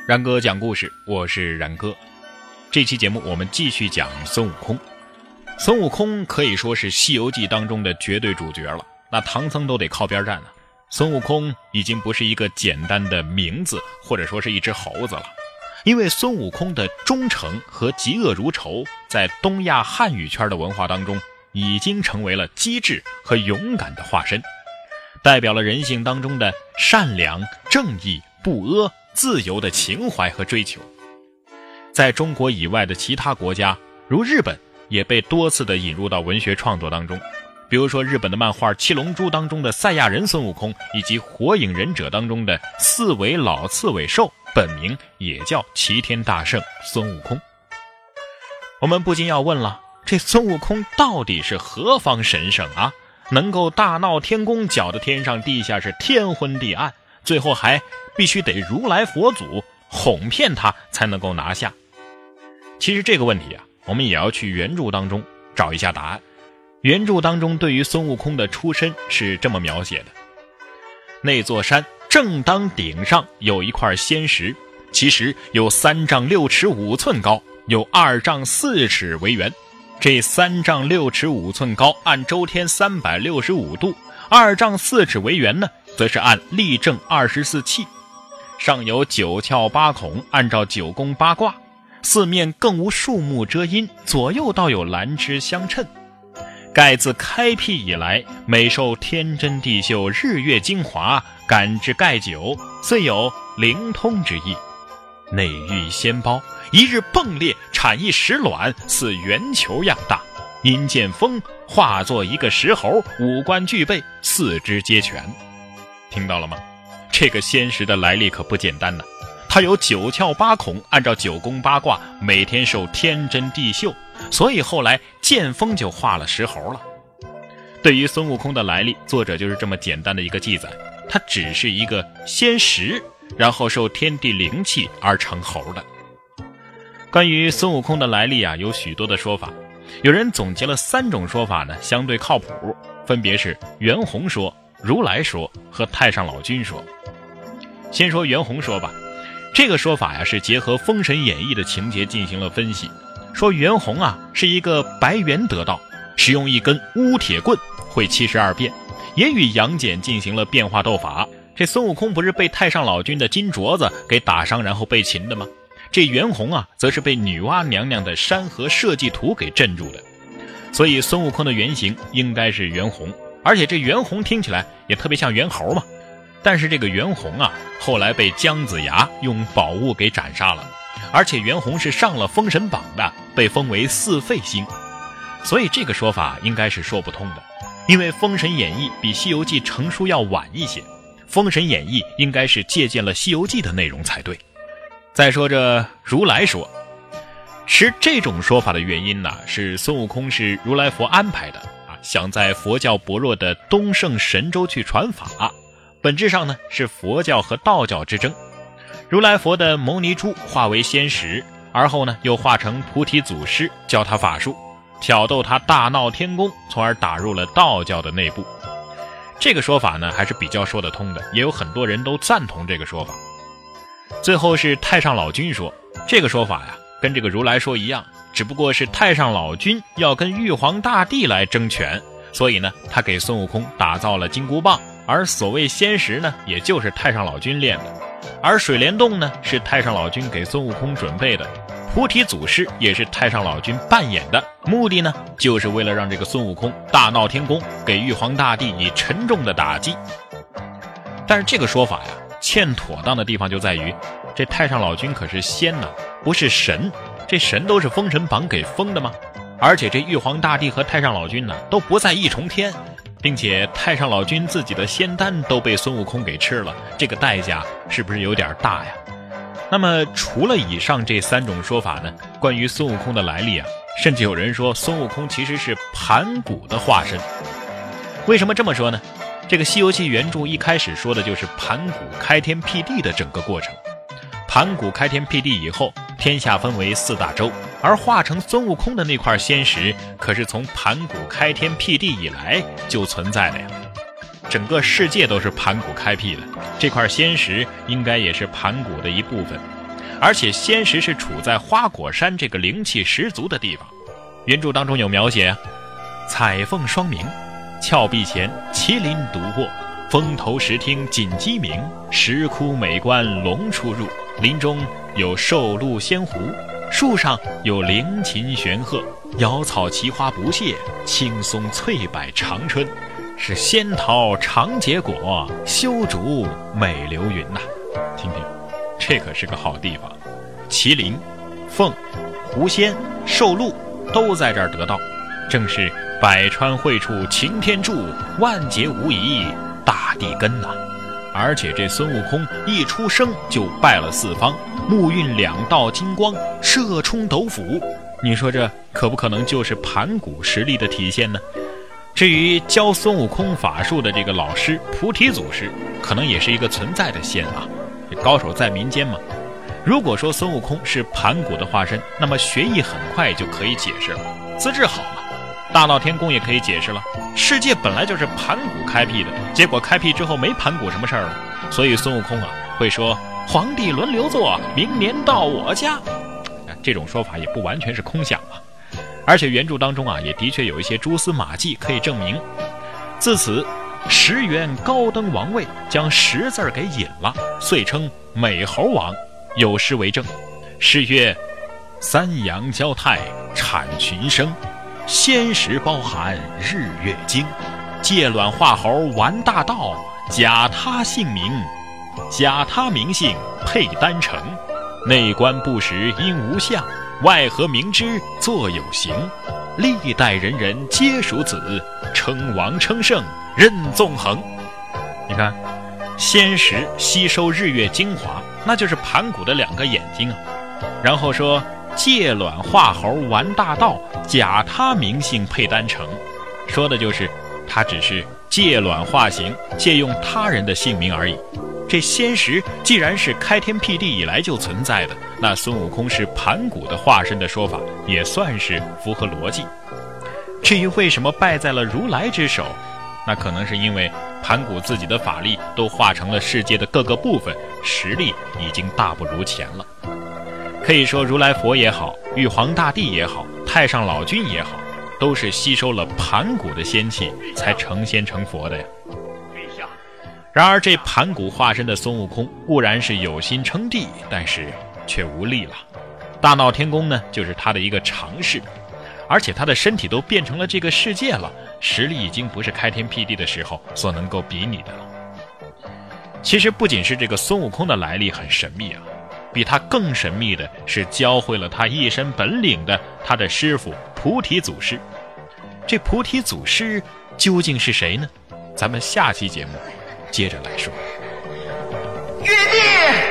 然哥讲故事，我是然哥。这期节目我们继续讲孙悟空。孙悟空可以说是《西游记》当中的绝对主角了，那唐僧都得靠边站了。孙悟空已经不是一个简单的名字，或者说是一只猴子了，因为孙悟空的忠诚和嫉恶如仇，在东亚汉语圈的文化当中，已经成为了机智和勇敢的化身，代表了人性当中的善良、正义、不阿、自由的情怀和追求。在中国以外的其他国家，如日本，也被多次的引入到文学创作当中。比如说日本的漫画《七龙珠》当中的赛亚人孙悟空，以及《火影忍者》当中的四尾老刺尾兽，本名也叫齐天大圣孙悟空。我们不禁要问了，这孙悟空到底是何方神圣啊？能够大闹天宫，搅得天上地下是天昏地暗，最后还必须得如来佛祖哄骗他才能够拿下。其实这个问题啊，我们也要去原著当中找一下答案。原著当中对于孙悟空的出身是这么描写的：那座山正当顶上有一块仙石，其实有3丈6尺5寸高，有2丈4尺为圆。这3丈6尺5寸高按周天365度，2丈4尺为圆呢，则是按立正24气。上有9窍8孔，按照9宫8卦，四面更无树木遮阴，左右倒有兰枝相衬。盖自开辟以来，每受天真地秀，日月精华，感之盖久，虽有灵通之意。内遇仙胞，一日迸裂，产一石卵，似圆球样大。因见风，化作一个石猴，五官具备，四肢皆全。听到了吗？这个仙石的来历可不简单呢。它有9窍8孔，按照9宫8卦，每天受天真地秀，所以后来见风就化了石猴了。对于孙悟空的来历，作者就是这么简单的一个记载，它只是一个仙石，然后受天地灵气而成猴的。关于孙悟空的来历啊，有许多的说法，有人总结了3种说法呢，相对靠谱，分别是袁弘说、如来说和太上老君说。先说袁弘说吧，这个说法呀是结合《封神演义》的情节进行了分析，说袁弘啊是一个白猿得道，使用一根乌铁棍会72变，也与杨戬进行了变化斗法。这孙悟空不是被太上老君的金镯子给打伤然后被擒的吗？这袁弘啊则是被女娲娘娘的山河设计图给镇住的。所以孙悟空的原型应该是袁弘，而且这袁弘听起来也特别像猿猴嘛。但是这个袁弘啊后来被姜子牙用宝物给斩杀了，而且袁弘是上了封神榜的，被封为4废星。所以这个说法应该是说不通的，因为《封神演义》比《西游记》成书要晚一些，《封神演义》应该是借鉴了《西游记》的内容才对。再说这如来说，持这种说法的原因呢，是孙悟空是如来佛安排的啊，想在佛教薄弱的东胜神州去传法，本质上呢是佛教和道教之争。如来佛的牟尼珠化为仙石，而后呢又化成菩提祖师，教他法术，挑逗他大闹天宫，从而打入了道教的内部。这个说法呢还是比较说得通的，也有很多人都赞同这个说法。最后是太上老君说，这个说法呀跟这个如来说一样，只不过是太上老君要跟玉皇大帝来争权，所以呢他给孙悟空打造了金箍棒，而所谓仙石呢也就是太上老君炼的，而水帘洞呢是太上老君给孙悟空准备的，菩提祖师也是太上老君扮演的，目的呢就是为了让这个孙悟空大闹天宫，给玉皇大帝以沉重的打击。但是这个说法呀欠妥当的地方就在于，这太上老君可是仙呐，不是神，这神都是封神榜给封的吗？而且这玉皇大帝和太上老君呢都不在一重天，并且太上老君自己的仙丹都被孙悟空给吃了，这个代价是不是有点大呀？那么除了以上这3种说法呢，关于孙悟空的来历啊，甚至有人说孙悟空其实是盘古的化身。为什么这么说呢？这个《西游记》原著一开始说的就是盘古开天辟地的整个过程。盘古开天辟地以后，天下分为4大洲，而化成孙悟空的那块仙石可是从盘古开天辟地以来就存在的呀。整个世界都是盘古开辟的，这块仙石应该也是盘古的一部分。 而且仙石是处在花果山这个灵气十足的地方。原著当中有描写彩凤双鸣，峭壁前麒麟独卧，峰头石听锦鸡鸣，石窟美观龙出入，林中有寿鹿仙狐，树上有灵禽玄鹤，瑶草奇花不谢，青松翠柏长春，是仙桃常结果，修竹美流云呐。听听，这可是个好地方，麒麟、凤、狐仙、寿鹿都在这儿得道，正是百川汇处擎天柱，万劫无疑大地根呐。而且这孙悟空一出生就拜了四方，目运两道金光，射冲斗府，你说这可不可能就是盘古实力的体现呢？至于教孙悟空法术的这个老师菩提祖师，可能也是一个存在的仙啊，这高手在民间嘛。如果说孙悟空是盘古的化身，那么学艺很快就可以解释了，资质好嘛。大闹天宫也可以解释了，世界本来就是盘古开辟的，结果开辟之后没盘古什么事儿了，所以孙悟空啊会说皇帝轮流坐，明年到我家。这种说法也不完全是空想啊。而且原著当中啊也的确有一些蛛丝马迹可以证明。自此石原高登王位将石字给引了，遂称美猴王。有诗为证，诗曰三阳交泰产群生，仙石包含日月精，借卵化猴玩大道，假他名姓配丹成，内观不识因无相，外合明知作有形，历代人人皆属子，称王称圣任纵横。你看仙石吸收日月精华，那就是盘古的两个眼睛啊。然后说借卵化猴玩大道，假他名姓配丹成，说的就是他只是借卵化形，借用他人的姓名而已。这仙石既然是开天辟地以来就存在的，那孙悟空是盘古的化身的说法也算是符合逻辑。至于为什么败在了如来之手，那可能是因为盘古自己的法力都化成了世界的各个部分，实力已经大不如前了。可以说如来佛也好，玉皇大帝也好，太上老君也好，都是吸收了盘古的仙气才成仙成佛的呀。然而这盘古化身的孙悟空固然是有心称帝，但是却无力了。大闹天宫呢就是他的一个尝试，而且他的身体都变成了这个世界了，实力已经不是开天辟地的时候所能够比拟的了。其实不仅是这个孙悟空的来历很神秘啊，比他更神秘的是教会了他一身本领的他的师傅菩提祖师。这菩提祖师究竟是谁呢？咱们下期节目接着来说。 玉帝